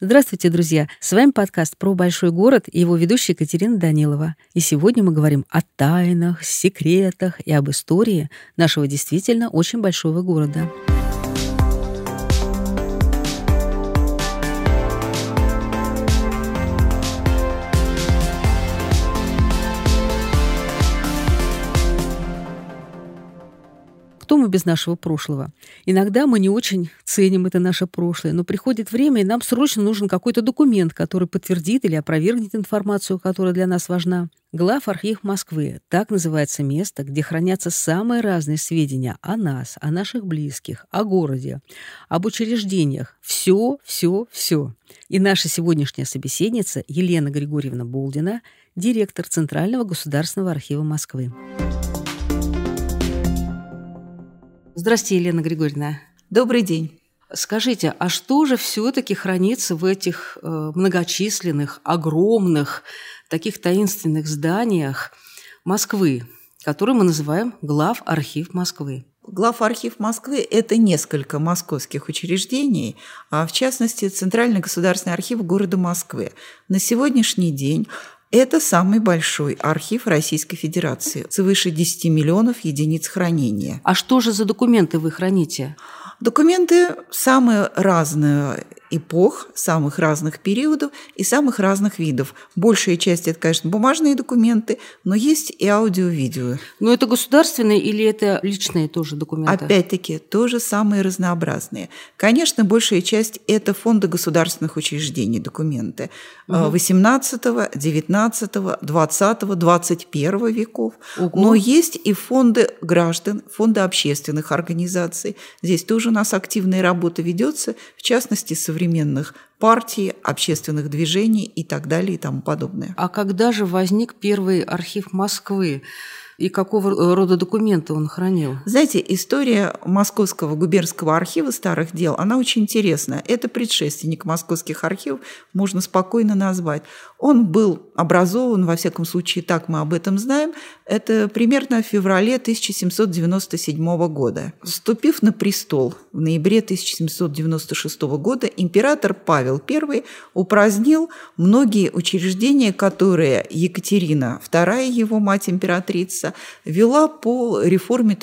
Здравствуйте, друзья! С вами подкаст про большой город и его ведущая Екатерина Данилова. И сегодня мы говорим о тайнах, секретах и об истории нашего действительно очень большого города. Кто мы без нашего прошлого? Иногда мы не очень ценим это наше прошлое, но приходит время, и нам срочно нужен какой-то документ, который подтвердит или опровергнет информацию, которая для нас важна. Главархив Москвы — так называется место, где хранятся самые разные сведения о нас, о наших близких, о городе, об учреждениях. Все. И наша сегодняшняя собеседница Елена Григорьевна Болдина, директор Центрального государственного архива Москвы. Здравствуйте, Елена Григорьевна. Добрый день. Скажите, а что же все-таки хранится в этих многочисленных, огромных, таких таинственных зданиях Москвы, которые мы называем Главархив Москвы? Главархив Москвы – это несколько московских учреждений, а в частности Центральный государственный архив города Москвы. На сегодняшний день это самый большой архив Российской Федерации, свыше 10 миллионов единиц хранения. А что же за документы вы храните? Документы самых разных эпох, самых разных периодов и самых разных видов. Большая часть – это, конечно, бумажные документы, но есть и аудио-видео. Но это государственные или это личные тоже документы? Опять-таки, тоже самые разнообразные. Конечно, большая часть – это фонды государственных учреждений документы 18, 19, 20, 21 веков. Но есть и фонды граждан, фонды общественных организаций. Здесь тоже у нас активная работа ведется, в частности, современных партий, общественных движений и так далее и тому подобное. А когда же возник первый архив Москвы? И какого рода документы он хранил? Знаете, история Московского губернского архива старых дел, она очень интересна. Это предшественник московских архивов, можно спокойно назвать. Он был образован, во всяком случае, так мы об этом знаем, это примерно в феврале 1797 года. Вступив на престол в ноябре 1796 года, император Павел I упразднил многие учреждения, которые Екатерина II, его мать-императрица, вела по реформе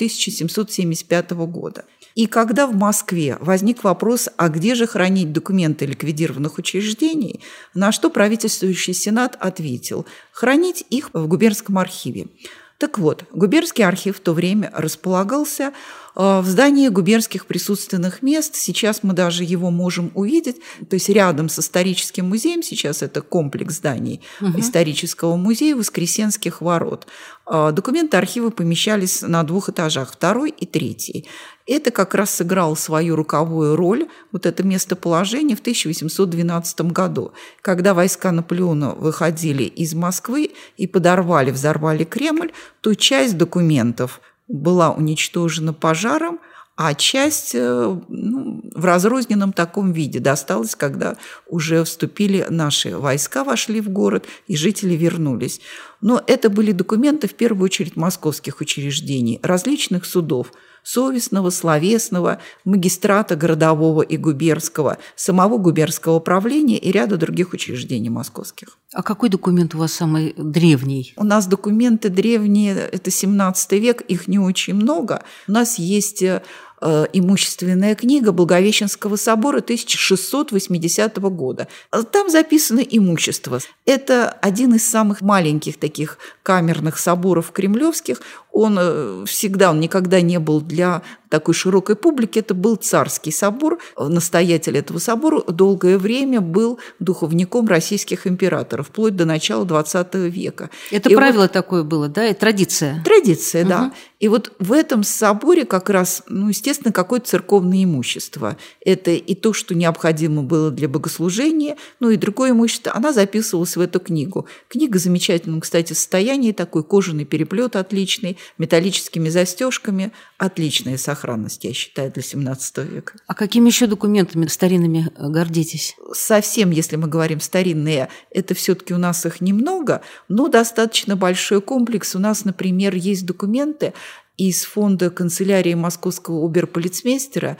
1775 года. И когда в Москве возник вопрос, а где же хранить документы ликвидированных учреждений, на что правительствующий сенат ответил – хранить их в губернском архиве. Так вот, губернский архив в то время располагался в здании губернских присутственных мест. Сейчас мы даже его можем увидеть. То есть рядом с историческим музеем, сейчас это комплекс зданий исторического музея Воскресенских ворот. Документы архива помещались на 2 этажах, 2 и 3. Это как раз сыграло свою роковую роль, вот это местоположение в 1812 году, когда войска Наполеона выходили из Москвы и взорвали Кремль, то часть документов была уничтожена пожаром, а часть в разрозненном таком виде досталась, когда уже вступили наши войска, вошли в город, и жители вернулись. Но это были документы, в первую очередь, московских учреждений, различных судов, совестного, словесного, магистрата городового и губернского, самого губернского правления и ряда других учреждений московских. А какой документ у вас самый древний? У нас документы древние, это 17 век, их не очень много. У нас есть имущественная книга Благовещенского собора 1680 года. Там записано имущество. Это один из самых маленьких таких камерных соборов кремлевских. Он никогда не был для такой широкой публики. Это был Царский собор. Настоятель этого собора долгое время был духовником российских императоров, вплоть до начала XX века. Это правило такое было, да, и традиция? Традиция, да. И вот в этом соборе как раз, естественно, какое-то церковное имущество. Это и то, что необходимо было для богослужения, и другое имущество. Она записывалась в эту книгу. Книга в замечательном, кстати, состоянии, такой кожаный переплет отличный, металлическими застежками. Отличная сохранность, я считаю, для 17 века. А какими еще документами старинными гордитесь? Совсем, если мы говорим старинные, это все-таки у нас их немного, но достаточно большой комплекс. У нас, например, есть документы из фонда канцелярии московского оберполицмейстера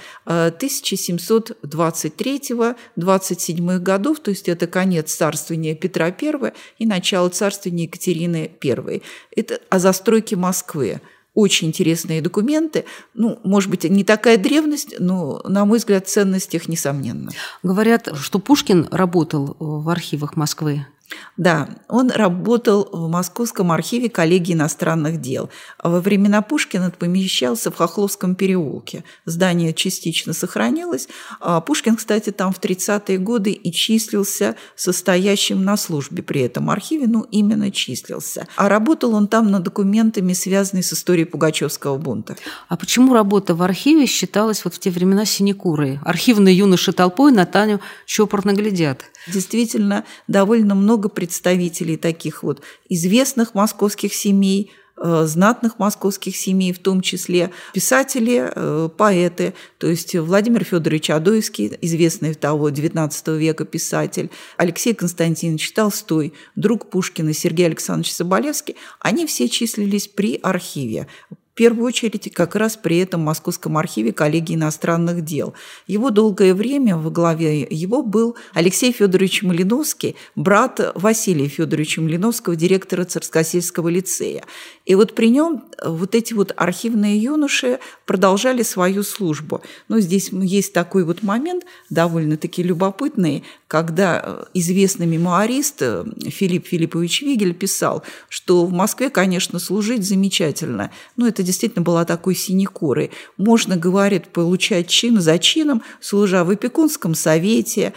1723-27 годов, то есть это конец царствования Петра I и начало царствования Екатерины I. Это о застройке Москвы. Очень интересные документы. Ну, может быть, не такая древность, но, на мой взгляд, ценность их несомненна. Говорят, что Пушкин работал в архивах Москвы. Да, он работал в Московском архиве коллегии иностранных дел. Во времена Пушкина помещался в Хохловском переулке. Здание частично сохранилось. Пушкин, кстати, там в 30-е годы и числился состоящим на службе при этом архиве, ну, именно числился. А работал он там над документами, связанными с историей Пугачевского бунта. А почему работа в архиве считалась вот в те времена синекурой? Архивные юноши толпой на Таню чопорно глядят. Действительно, довольно много представителей таких вот известных московских семей, знатных московских семей, в том числе писатели, поэты, то есть Владимир Федорович Адоевский, известный того XIX века писатель, Алексей Константинович Толстой, друг Пушкина Сергей Александрович Соболевский, они все числились при архиве. В первую очередь как раз при этом Московском архиве коллегии иностранных дел. Его долгое время во главе его был Алексей Федорович Малиновский, брат Василия Федоровича Малиновского, директора Царскосельского лицея. И вот при нем вот эти вот архивные юноши продолжали свою службу. Но здесь есть такой вот момент довольно-таки любопытный, когда известный мемуарист Филипп Филиппович Вигель писал, что в Москве, конечно, служить замечательно, но это действительно была такой синекурой. Можно, говорит, получать чин за чином, служа в опекунском совете,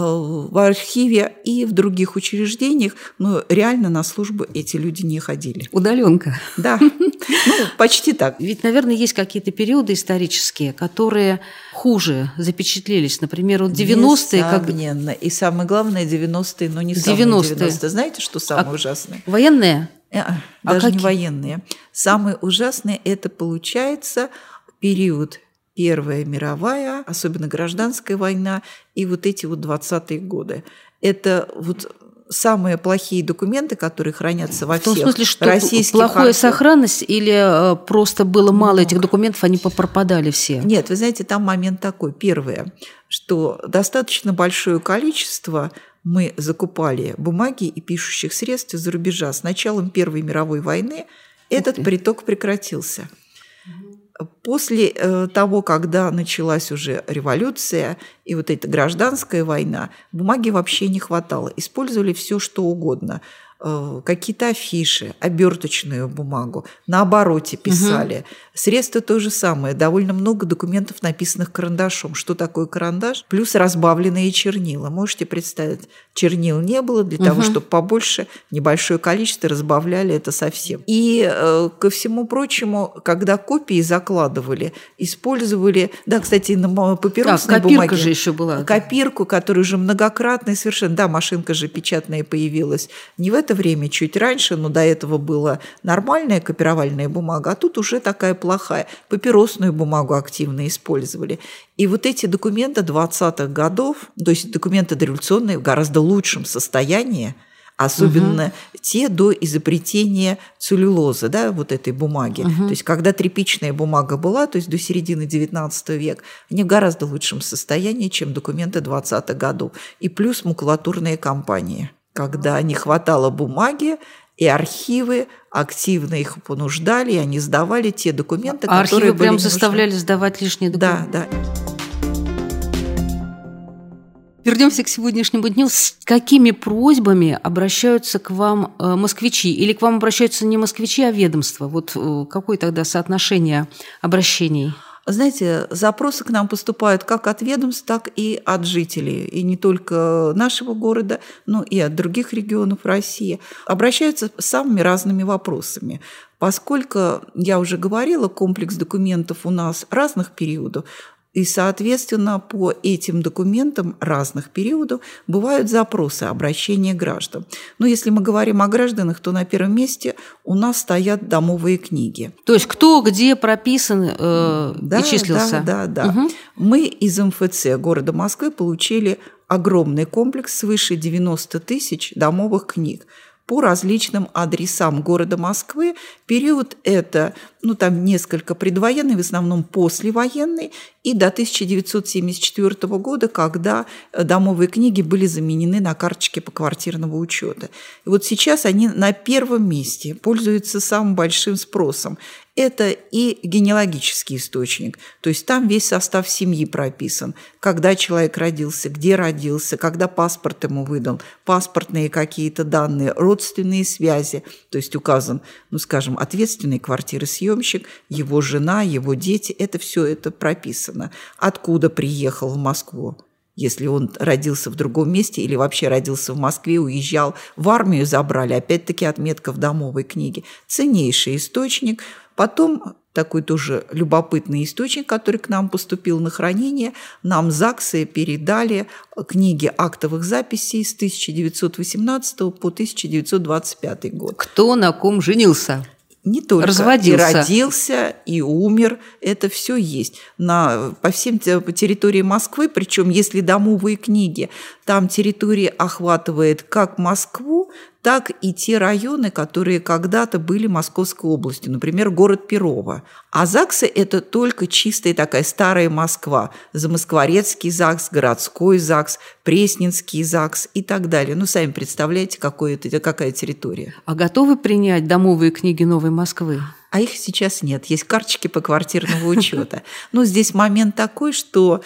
в архиве и в других учреждениях, но реально на службу эти люди не ходили. Удаленка. Да, почти так. Ведь, наверное, есть какие-то периоды исторические, которые хуже запечатлелись. Например, вот 90-е. Несомненно. И самое главное, 90-е, но не самые 90-е. Знаете, что самое ужасное? Военные? Даже не военные. Самое ужасное – это, получается, период Первая мировая, особенно гражданская война, и вот эти вот 20-е годы. Это вот самые плохие документы, которые хранятся во всех российских архивах. В том смысле, что плохая сохранность или просто было мало этих документов, они попропадали все? Нет, вы знаете, там момент такой. Первое, что достаточно большое количество мы закупали бумаги и пишущих средств из-за рубежа. С началом Первой мировой войны этот приток прекратился. После того, когда началась уже революция и вот эта гражданская война, бумаги вообще не хватало. Использовали все, что угодно. Какие-то афиши, оберточную бумагу, на обороте писали. Средства то же самое. Довольно много документов, написанных карандашом. Что такое карандаш? Плюс разбавленные чернила. Можете представить, чернил не было, для того, чтобы побольше, небольшое количество разбавляли это совсем. И ко всему прочему, когда копии закладывали, использовали, да, кстати, на папиросной бумаге. Копирка же еще была. Копирку, которая уже многократная совершенно. Да, машинка же печатная появилась не в это время, чуть раньше, но до этого была нормальная копировальная бумага, а тут уже такая плохая. Папиросную бумагу активно использовали. И вот эти документы 20-х годов, то есть документы дореволюционные, в гораздо лучшем состоянии, особенно те до изобретения целлюлозы, да, вот этой бумаги. То есть когда тряпичная бумага была, то есть до середины XIX века, они в гораздо лучшем состоянии, чем документы 20-х годов. И плюс макулатурные компании, когда не хватало бумаги, и архивы активно их понуждали, и они сдавали те документы, которые архивы были прям заставляли сдавать лишние документы. Да, да. Вернемся к сегодняшнему дню. С какими просьбами обращаются к вам москвичи? Или к вам обращаются не москвичи, а ведомства? Вот какое тогда соотношение обращений? Знаете, запросы к нам поступают как от ведомств, так и от жителей. И не только нашего города, но и от других регионов России. Обращаются с самыми разными вопросами. Поскольку, я уже говорила, комплекс документов у нас разных периодов, и, соответственно, по этим документам разных периодов бывают запросы, обращения граждан. Но если мы говорим о гражданах, то на первом месте у нас стоят домовые книги. То есть кто где прописан и числился? Да. Мы из МФЦ города Москвы получили огромный комплекс свыше 90 тысяч домовых книг. по различным адресам города Москвы. Период это, там несколько предвоенный, в основном послевоенный, и до 1974 года, когда домовые книги были заменены на карточки поквартирного учета. И вот сейчас они на первом месте, пользуются самым большим спросом. Это и генеалогический источник, то есть там весь состав семьи прописан, когда человек родился, где родился, когда паспорт ему выдан, паспортные какие-то данные, родственные связи, то есть указан, ответственный квартиросъемщик, его жена, его дети, это все это прописано. Откуда приехал в Москву? Если он родился в другом месте или вообще родился в Москве, уезжал в армию, забрали, опять-таки отметка в домовой книге. Ценнейший источник. Потом такой тоже любопытный источник, который к нам поступил на хранение, нам ЗАГСы передали книги актовых записей с 1918 по 1925 год. Кто на ком женился? Не только. Разводился. И родился, и умер. Это все есть. По всем территории Москвы, причем если домовые книги, там территория охватывает как Москву, так и те районы, которые когда-то были Московской областью, например, город Перово. А ЗАГСы – это только чистая такая старая Москва. Замоскворецкий ЗАГС, городской ЗАГС, Пресненский ЗАГС и так далее. Сами представляете, какая территория. А готовы принять домовые книги Новой Москвы? А их сейчас нет. Есть карточки поквартирного учета. Но здесь момент такой, что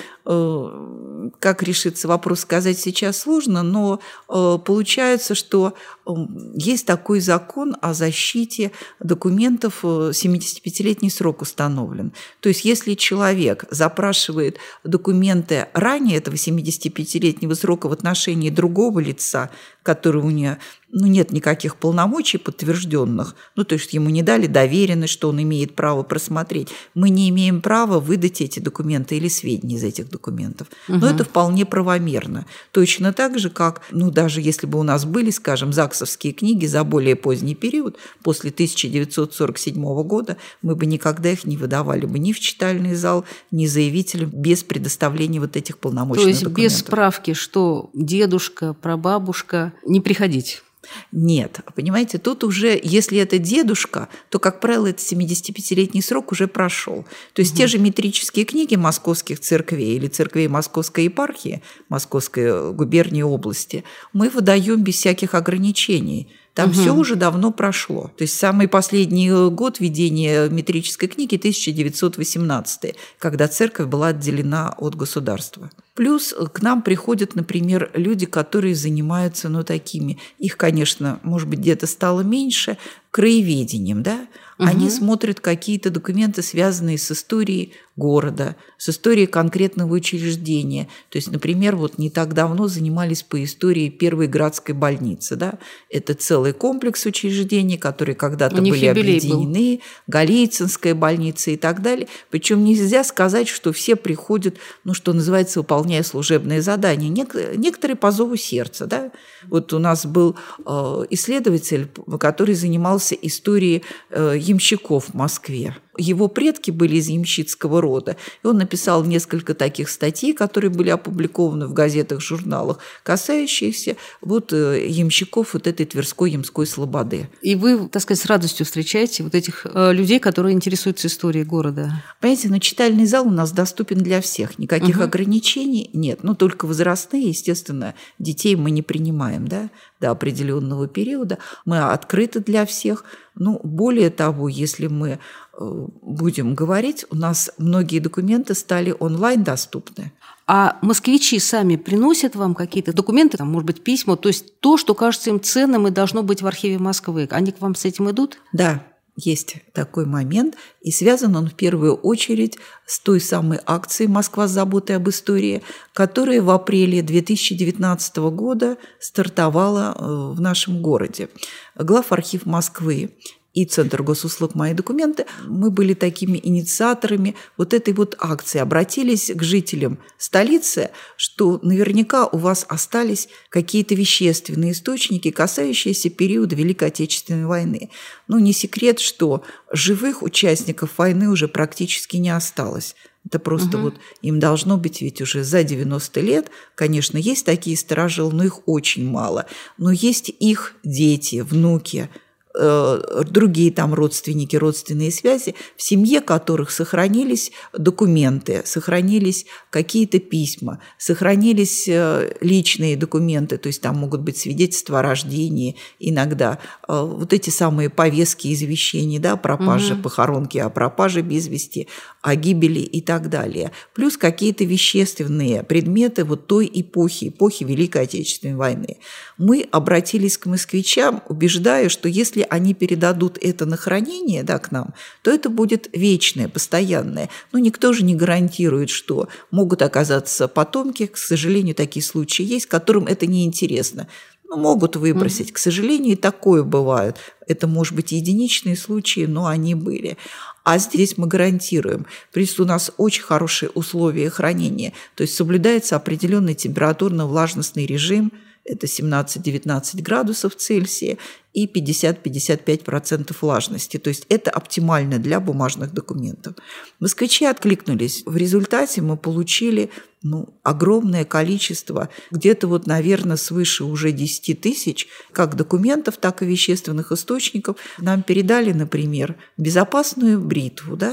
как решится вопрос, сказать сейчас сложно, но получается, что есть такой закон о защите документов, 75-летний срок установлен. То есть если человек запрашивает документы ранее этого 75-летнего срока в отношении другого лица, который у него нет никаких полномочий подтвержденных, то есть ему не дали доверенность, что он имеет право просмотреть, мы не имеем права выдать эти документы или сведения из этих документов. Но это вполне правомерно. Точно так же, как, даже если бы у нас были, скажем, ЗАГСовские книги за более поздний период, после 1947 года, мы бы никогда их не выдавали бы ни в читальный зал, ни заявителям без предоставления вот этих полномочных документов. То есть без справки, что дедушка, прабабушка, не приходить? Нет, понимаете, тут уже, если это дедушка, то, как правило, этот 75-летний срок уже прошел. То есть те же метрические книги московских церквей или церквей Московской епархии, Московской губернии, области, мы выдаем без всяких ограничений. Там все уже давно прошло. То есть самый последний год ведения метрической книги 1918, когда церковь была отделена от государства. Плюс к нам приходят, например, люди, которые занимаются, такими, их, конечно, может быть, где-то стало меньше, краеведением, да? Они смотрят какие-то документы, связанные с историей города, с историей конкретного учреждения. То есть, например, не так давно занимались по истории первой городской больницы. Да? Это целый комплекс учреждений, которые когда-то были объединены, Голицынская больница и так далее. Причем нельзя сказать, что все приходят, что называется, выполняя служебные задания. Некоторые по зову сердца. Да? У нас был исследователь, который занимался историей ямщиков в Москве. Его предки были из ямщицкого рода, и он написал несколько таких статей, которые были опубликованы в газетах, журналах, касающихся ямщиков этой Тверской ямской слободы. И вы, так сказать, с радостью встречаете этих людей, которые интересуются историей города? Понимаете, читальный зал у нас доступен для всех, никаких ограничений нет, только возрастные, естественно, детей мы не принимаем, до определенного периода, мы открыты для всех. Более того, если мы будем говорить, у нас многие документы стали онлайн-доступны. А москвичи сами приносят вам какие-то документы, может быть, письма, то есть то, что кажется им ценным и должно быть в архиве Москвы. Они к вам с этим идут? Да. Есть такой момент, и связан он в первую очередь с той самой акцией «Москва с заботой об истории», которая в апреле 2019 года стартовала в нашем городе. Главархив Москвы и Центр госуслуг «Мои документы», мы были такими инициаторами этой акции, обратились к жителям столицы, что наверняка у вас остались какие-то вещественные источники, касающиеся периода Великой Отечественной войны. Не секрет, что живых участников войны уже практически не осталось. Это просто вот им должно быть ведь уже за 90 лет. Конечно, есть такие старожилы, но их очень мало. Но есть их дети, внуки, другие там родственники, родственные связи, в семье которых сохранились документы, сохранились какие-то письма, сохранились личные документы, то есть там могут быть свидетельства о рождении, иногда вот эти самые повестки извещений, да, пропажи, похоронки о пропаже без вести, о гибели и так далее. Плюс какие-то вещественные предметы вот той эпохи Великой Отечественной войны. Мы обратились к москвичам, убеждая, что если они передадут это на хранение, да, к нам, то это будет вечное, постоянное. Но никто же не гарантирует, что могут оказаться потомки, к сожалению, такие случаи есть, которым это неинтересно. Ну, могут выбросить. К сожалению, и такое бывает. Это, может быть, единичные случаи, но они были. А здесь мы гарантируем. Плюс у нас очень хорошие условия хранения. То есть соблюдается определенный температурно-влажностный режим. Это 17-19 градусов Цельсия и 50-55% влажности. То есть это оптимально для бумажных документов. Москвичи откликнулись. В результате мы получили огромное количество, где-то вот, наверное, свыше уже 10 тысяч, как документов, так и вещественных источников. Нам передали, например, безопасную бритву, да,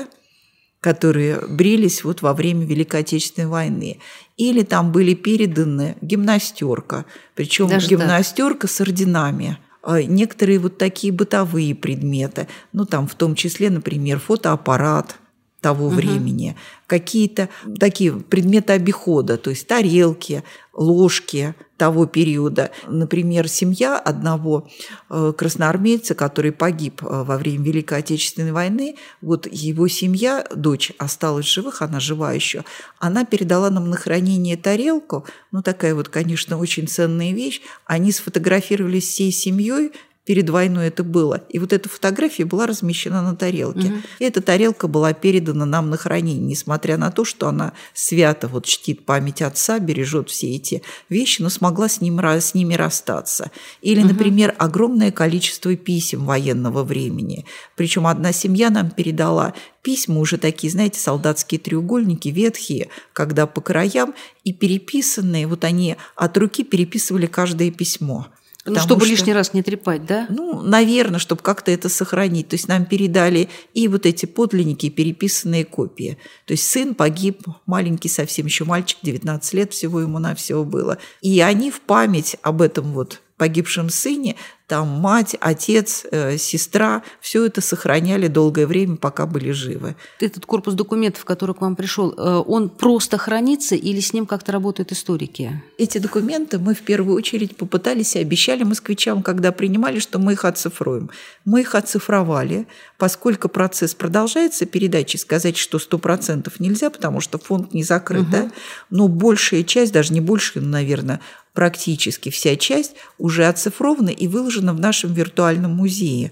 которые брились вот во время Великой Отечественной войны. Или там были переданы гимнастерка, причем гимнастерка с орденами. Некоторые вот такие бытовые предметы, там в том числе, например, фотоаппарат того времени, какие-то такие предметы обихода, то есть тарелки, ложки того периода. Например, семья одного красноармейца, который погиб во время Великой Отечественной войны, вот его семья, дочь осталась живых, она жива еще, она передала нам на хранение тарелку, такая вот, конечно, очень ценная вещь. Они сфотографировались всей семьей, перед войной это было. И вот эта фотография была размещена на тарелке. И эта тарелка была передана нам на хранение, несмотря на то, что она свято вот чтит память отца, бережет все эти вещи, но смогла с ними расстаться. Или, например, огромное количество писем военного времени. Причем одна семья нам передала письма, уже такие, знаете, солдатские треугольники, ветхие, когда по краям, и переписанные, вот они от руки переписывали каждое письмо. Чтобы лишний раз не трепать, да? Наверное, чтобы как-то это сохранить. То есть нам передали и вот эти подлинники, переписанные копии. То есть сын погиб, маленький совсем еще мальчик, 19 лет всего ему навсего было. И они в память об этом вот погибшем сыне, там мать, отец, сестра, все это сохраняли долгое время, пока были живы. Этот корпус документов, который к вам пришел, он просто хранится или с ним как-то работают историки? Эти документы мы в первую очередь попытались и обещали москвичам, когда принимали, что мы их оцифруем. Мы их оцифровали, поскольку процесс продолжается передачи, сказать, что 100% нельзя, потому что фонд не закрыт, да? Но большая часть, даже не больше, наверное, практически вся часть уже оцифрована и выложена в нашем виртуальном музее.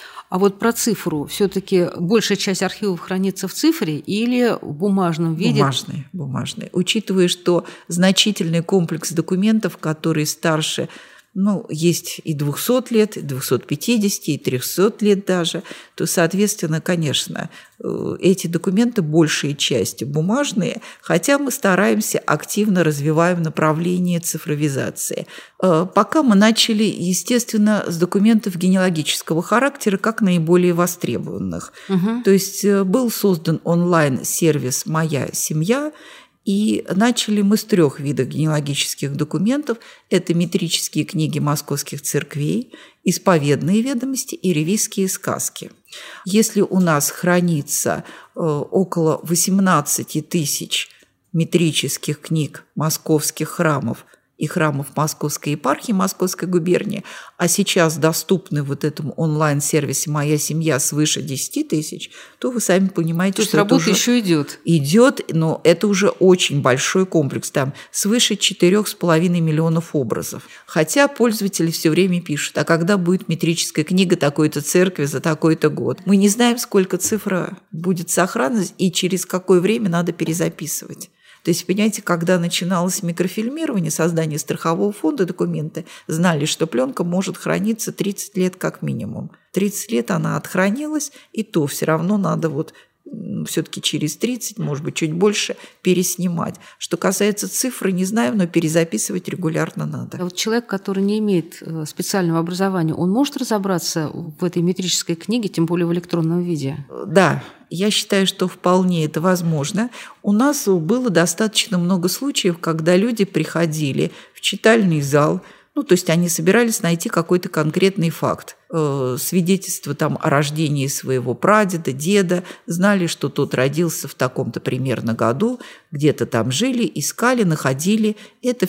А вот про цифру. Все-таки большая часть архивов хранится в цифре или в бумажном виде? Бумажные. Учитывая, что значительный комплекс документов, которые старше, есть и 200 лет, и 250, и 300 лет даже, то, соответственно, конечно, эти документы большей частью бумажные, хотя мы стараемся, активно развиваем направление цифровизации. Пока мы начали, естественно, с документов генеалогического характера, как наиболее востребованных. То есть был создан онлайн-сервис «Моя семья», и начали мы с 3 видов генеалогических документов. Это метрические книги московских церквей, исповедные ведомости и ревизские сказки. Если у нас хранится около 18 тысяч метрических книг московских храмов и храмов Московской епархии Московской губернии, а сейчас доступны в этом онлайн-сервисе «Моя семья» свыше 10 тысяч, то вы сами понимаете, что работа это еще идет. Идет, но это уже очень большой комплекс. Там свыше 4,5 миллионов образов. Хотя пользователи все время пишут, а когда будет метрическая книга такой-то церкви за такой-то год? Мы не знаем, сколько цифра будет сохранность и через какое время надо перезаписывать. То есть, понимаете, когда начиналось микрофильмирование, создание страхового фонда, документы знали, что пленка может храниться 30 лет как минимум. 30 лет она отхранилась, и то все равно надо все-таки через 30, может быть, чуть больше, переснимать. Что касается цифры, не знаю, но перезаписывать регулярно надо. А вот человек, который не имеет специального образования, он может разобраться в этой метрической книге, тем более в электронном виде? Да, я считаю, что вполне это возможно. У нас было достаточно много случаев, когда люди приходили в читальный зал, то есть они собирались найти какой-то конкретный факт. Свидетельство там о рождении своего прадеда, деда, знали, что тот родился в таком-то примерно году, где-то там жили, искали, находили. Это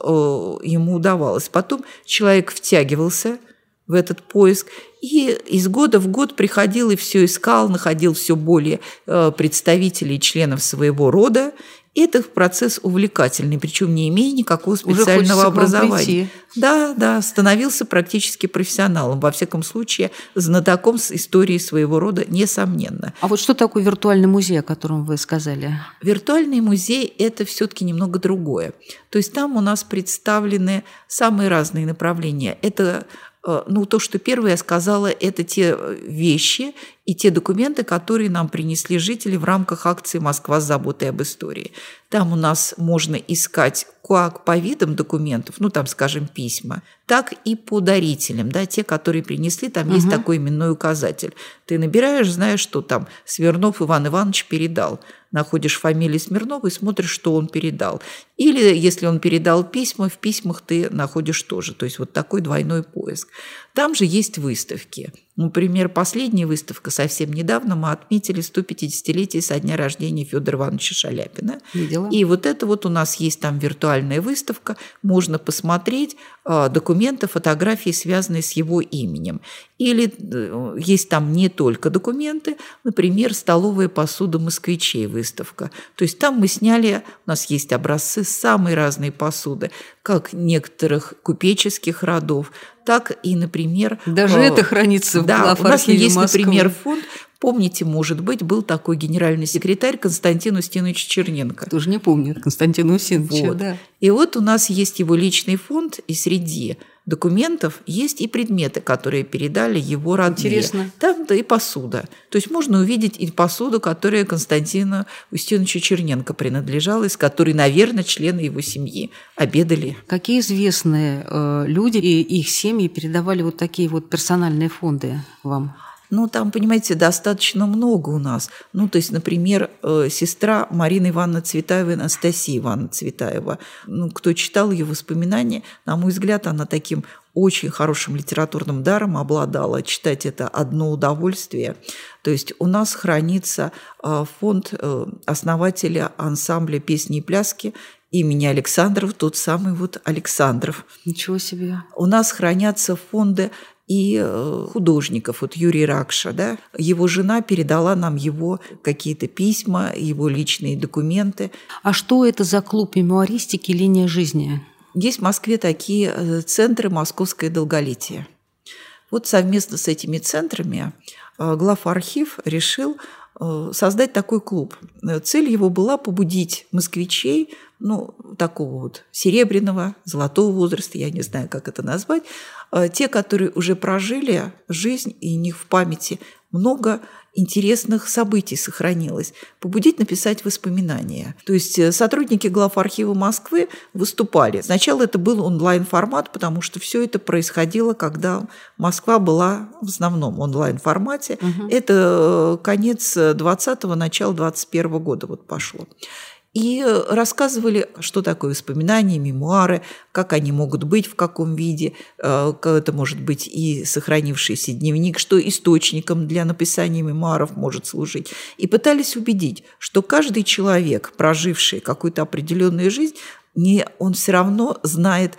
все ему удавалось. Потом человек втягивался в этот поиск и из года в год приходил и все искал, находил все более представителей членов своего рода. Это процесс увлекательный, причем не имея никакого специального образования. Да, становился практически профессионалом, во всяком случае, знатоком с историей своего рода, несомненно. А вот что такое виртуальный музей, о котором вы сказали? Виртуальный музей – это все-таки немного другое. То есть там у нас представлены самые разные направления. Это то, что первое я сказала, это те вещи и те документы, которые нам принесли жители в рамках акции «Москва с заботой об истории». Там у нас можно искать как по видам документов, скажем, письма, так и по дарителям, те, которые принесли, там есть такой именной указатель. Ты набираешь, знаешь, что там Смирнов Иван Иванович передал. Находишь фамилию Смирнова и смотришь, что он передал. Или, если он передал письма, в письмах ты находишь тоже. То есть вот такой двойной поиск. Там же есть выставки. Например, последняя выставка совсем недавно мы отметили 150-летие со дня рождения Федора Ивановича Шаляпина. Видела. И вот это вот у нас есть там виртуальная выставка. Можно посмотреть документы, фотографии, связанные с его именем. Или есть там не только документы, например, столовая посуда москвичей выставка. То есть там мы сняли, у нас есть образцы самой разной посуды, как некоторых купеческих родов, так и, например... Даже это хранится в главархиве у нас есть, Москвы. например, фонд. Помните, может быть, был такой генеральный секретарь Константин Устинович Черненко. Тоже не помню Константина Устиновича. Да. И вот у нас есть его личный фонд, и среди документов есть и предметы, которые передали его родные. Интересно. Там-то и посуда. То есть можно увидеть и посуду, которая Константину Устиновичу Черненко принадлежала, из которой, наверное, члены его семьи обедали. Какие известные люди и их семьи передавали вот такие вот персональные фонды вам? Там, понимаете, достаточно много у нас. То есть, например, сестра Марины Ивановны Цветаевой, Анастасия Ивановна Цветаева. Кто читал ее воспоминания, на мой взгляд, она таким очень хорошим литературным даром обладала. Читать это одно удовольствие. То есть у нас хранится фонд основателя ансамбля песни и пляски имени Александров, тот самый вот Александров. Ничего себе. У нас хранятся фонды и художников. Вот Юрий Ракша, его жена передала нам его какие-то письма, его личные документы. А что это за клуб мемуаристики «Линия жизни»? Есть в Москве такие центры «Московское долголетие». Вот совместно с этими центрами главархив решил создать такой клуб. Цель его была побудить москвичей, такого вот серебряного, золотого возраста, я не знаю, как это назвать, те, которые уже прожили жизнь, и у них в памяти много интересных событий сохранилось, побудить написать воспоминания. То есть сотрудники главархива Москвы выступали. Сначала это был онлайн-формат, потому что все это происходило, когда Москва была в основном онлайн-формате. Это конец 20-го, начало 21-го года пошло. И рассказывали, что такое воспоминания, мемуары, как они могут быть, в каком виде, это может быть и сохранившийся дневник, что источником для написания мемуаров может служить. И пытались убедить, что каждый человек, проживший какую-то определенную жизнь, он все равно знает,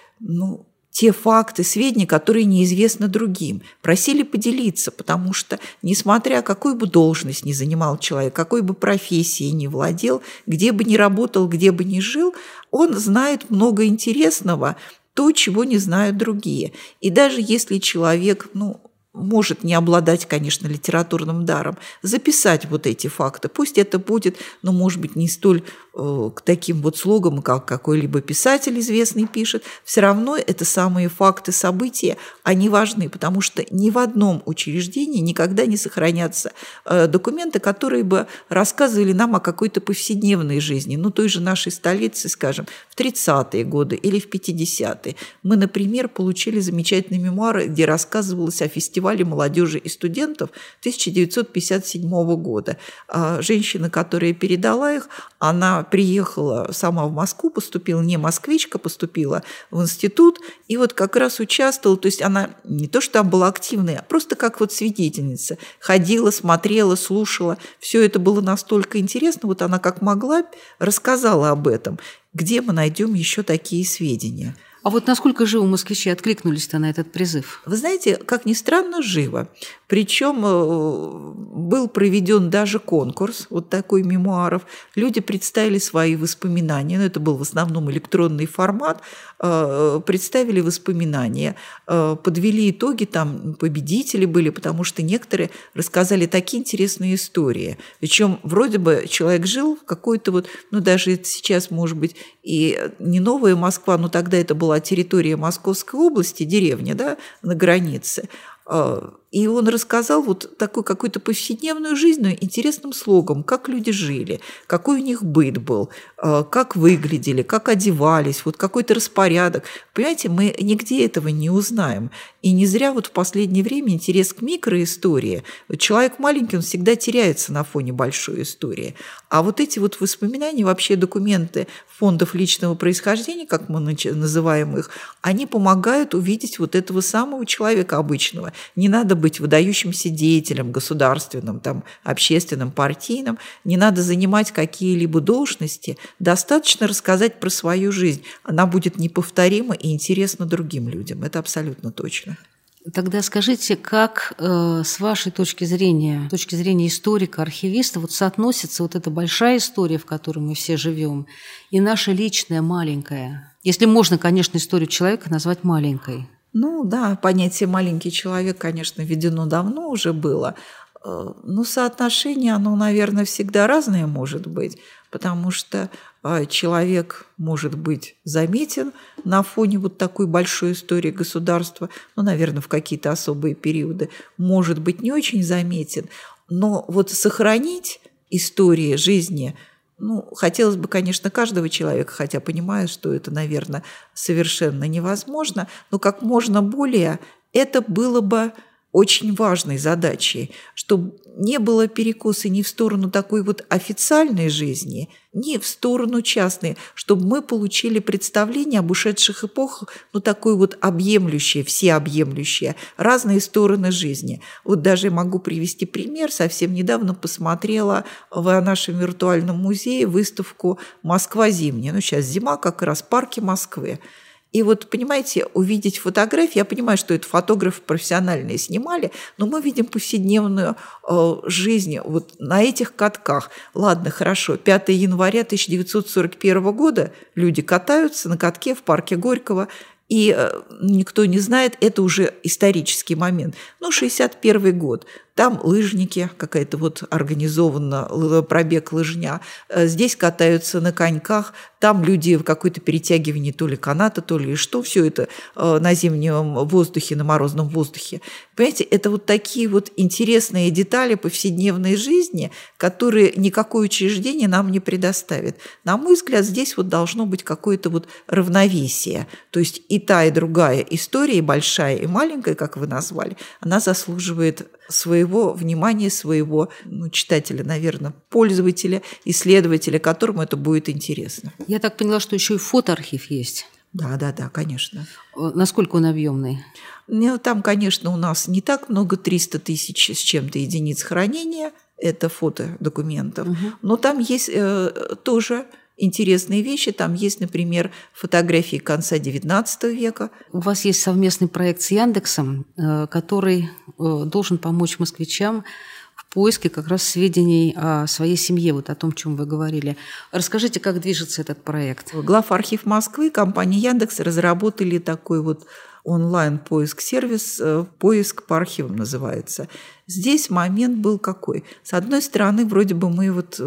те факты, сведения, которые неизвестны другим. Просили поделиться, потому что, несмотря какую бы должность ни занимал человек, какой бы профессией ни владел, где бы ни работал, где бы ни жил, он знает много интересного, то, чего не знают другие. И даже если человек, может не обладать, конечно, литературным даром, записать вот эти факты. Пусть это будет, но, может быть, не столь к таким вот слогам, как какой-либо писатель известный пишет. Все равно это самые факты, события, они важны, потому что ни в одном учреждении никогда не сохранятся документы, которые бы рассказывали нам о какой-то повседневной жизни, ну, той же нашей столице, скажем, в 30-е годы или в 50-е. Мы, например, получили замечательные мемуары, где рассказывалось о фестивале молодежи и студентов 1957 года. Женщина, которая передала их, она приехала сама в Москву, поступила, не москвичка, поступила в институт, и вот как раз участвовала, то есть она не то, что там была активная, а просто как вот свидетельница. Ходила, смотрела, слушала. Все это было настолько интересно, вот она как могла рассказала об этом. Где мы найдем еще такие сведения? А вот насколько живо москвичи откликнулись-то на этот призыв? Вы знаете, как ни странно, живо. Причем был проведен даже конкурс вот такой мемуаров. Люди представили свои воспоминания. Это был в основном электронный формат. Представили воспоминания, подвели итоги, там победители были, потому что некоторые рассказали такие интересные истории. Причем вроде бы человек жил в какой-то вот, ну даже это сейчас, может быть, и не новая Москва, но тогда это была территория Московской области, деревня, да, на границе. И он рассказал вот такую какую-то повседневную жизнь, но интересным слогом, как люди жили, какой у них быт был, как выглядели, как одевались, вот какой-то распорядок. Понимаете, мы нигде этого не узнаем. И не зря вот в последнее время интерес к микроистории. Человек маленький, он всегда теряется на фоне большой истории. А вот эти вот воспоминания, вообще документы фондов личного происхождения, как мы называем их, они помогают увидеть вот этого самого человека обычного. Не надо быть выдающимся деятелем государственным, там, общественным, партийным, не надо занимать какие-либо должности, достаточно рассказать про свою жизнь. Она будет неповторима и интересна другим людям. Это абсолютно точно. Тогда скажите, как с вашей точки зрения историка, архивиста, вот соотносится вот эта большая история, в которой мы все живем, и наша личная маленькая? Если можно, конечно, историю человека назвать маленькой. Ну да, понятие «маленький человек», конечно, введено давно уже было. Но соотношение, оно, наверное, всегда разное может быть, потому что человек может быть заметен на фоне вот такой большой истории государства, ну, наверное, в какие-то особые периоды, может быть не очень заметен, но вот сохранить истории жизни, ну, хотелось бы, конечно, каждого человека, хотя понимаю, что это, наверное, совершенно невозможно, но как можно более это было бы очень важной задачей, чтобы не было перекоса ни в сторону такой вот официальной жизни, ни в сторону частной, чтобы мы получили представление об ушедших эпохах, ну, такое вот объемлющее, всеобъемлющее, разные стороны жизни. Вот даже могу привести пример. Совсем недавно посмотрела в нашем виртуальном музее выставку «Москва зимняя». Ну, сейчас зима, как раз парки Москвы. И вот, понимаете, увидеть фотографии, я понимаю, что это фотографы профессиональные снимали, но мы видим повседневную жизнь вот на этих катках. Ладно, хорошо, 5 января 1941 года люди катаются на катке в парке Горького, и никто не знает, это уже исторический момент. Ну, 61 год. Там лыжники, какая-то вот организованная пробег лыжня. Здесь катаются на коньках. Там люди в какое-то перетягивание то ли каната, то ли что. Все это на зимнем воздухе, на морозном воздухе. Понимаете, это вот такие вот интересные детали повседневной жизни, которые никакое учреждение нам не предоставит. На мой взгляд, здесь вот должно быть какое-то вот равновесие. То есть и та, и другая история, и большая, и маленькая, как вы назвали, она заслуживает своего внимания, своего читателя, наверное, пользователя, исследователя, которому это будет интересно. Я так поняла, что еще и фотоархив есть. Да, конечно. Насколько он объемный? Ну, там, конечно, у нас не так много, 300 тысяч с чем-то единиц хранения, это фотодокументов, но там есть тоже интересные вещи. Там есть, например, фотографии конца XIX века. У вас есть совместный проект с Яндексом, который должен помочь москвичам в поиске как раз сведений о своей семье, вот о том, о чем вы говорили. Расскажите, как движется этот проект? Главархив Москвы, компания Яндекс разработали такой вот онлайн-поиск-сервис, поиск по архивам называется. Здесь момент был какой? С одной стороны, вроде бы мы вот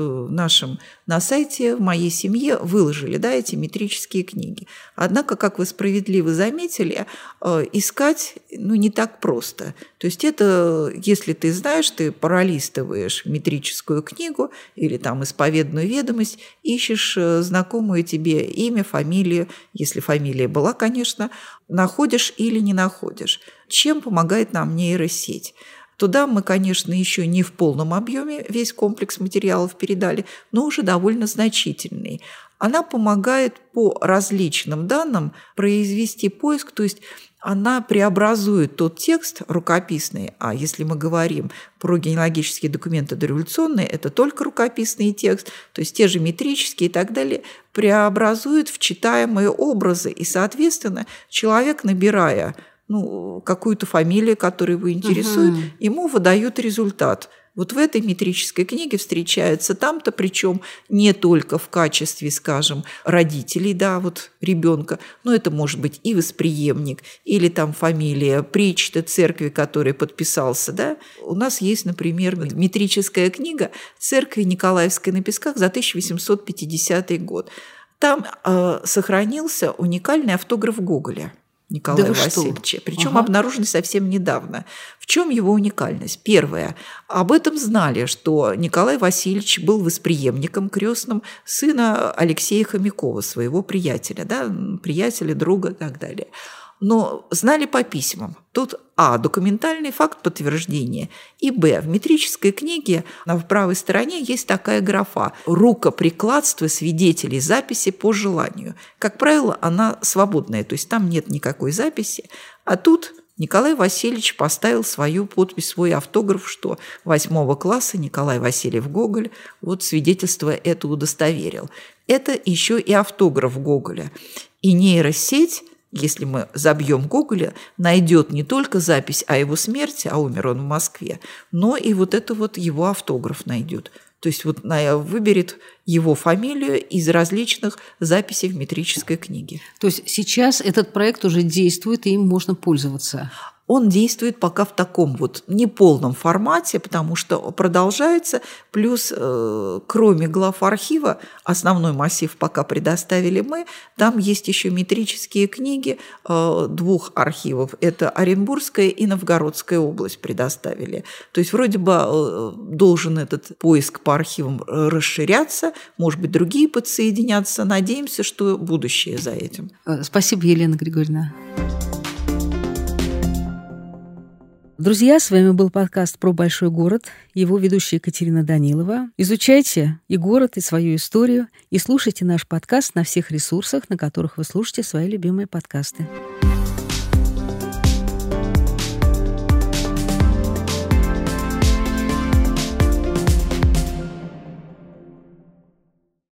на сайте в моей семье выложили, да, эти метрические книги. Однако, как вы справедливо заметили, искать не так просто. То есть это, если ты знаешь, ты пролистываешь метрическую книгу или там исповедную ведомость, ищешь знакомое тебе имя, фамилию, если фамилия была, конечно, находишь или не находишь. Чем помогает нам нейросеть? Туда мы, конечно, еще не в полном объеме весь комплекс материалов передали, но уже довольно значительный. Она помогает по различным данным произвести поиск, то есть она преобразует тот текст рукописный, а если мы говорим про генеалогические документы дореволюционные, это только рукописный текст, то есть те же метрические и так далее, преобразует в читаемые образы. И, соответственно, человек, набирая какую-то фамилию, которая его интересует, ему выдают результат. Вот в этой метрической книге встречается там-то, причем не только в качестве, скажем, родителей, да, вот ребенка, но это может быть и восприемник, или там фамилия причта церкви, который подписался, да. У нас есть, например, метрическая книга церкви Николаевской на Песках за 1850 год. Там сохранился уникальный автограф Гоголя Николая Васильевича, причем обнаруженный совсем недавно. В чем его уникальность? Первое. Об этом знали, что Николай Васильевич был восприемником крестным сына Алексея Хомякова, своего приятеля, да, приятеля, друга и так далее. Но знали по письмам. Тут документальный факт подтверждения, и в метрической книге в правой стороне есть такая графа «Рукоприкладство свидетелей записи по желанию». Как правило, она свободная, то есть там нет никакой записи. А тут Николай Васильевич поставил свою подпись, свой автограф, что 8 класса Николай Васильев Гоголь вот свидетельство это удостоверил. Это еще и автограф Гоголя. И нейросеть, если мы забьем Гоголя, найдет не только запись о его смерти, а умер он в Москве, но и вот это вот его автограф найдет. То есть вот выберет его фамилию из различных записей в метрической книге. То есть сейчас этот проект уже действует, и им можно пользоваться? Он действует пока в таком вот неполном формате, потому что продолжается. Плюс, кроме глав архива, основной массив пока предоставили мы. Там есть еще метрические книги 2 архивов. Это Оренбургская и Новгородская область предоставили. То есть вроде бы должен этот поиск по архивам расширяться, может быть, другие подсоединятся. Надеемся, что будущее за этим. Спасибо, Елена Григорьевна. Друзья, с вами был подкаст про большой город, его ведущая Екатерина Данилова. Изучайте и город, и свою историю, и слушайте наш подкаст на всех ресурсах, на которых вы слушаете свои любимые подкасты.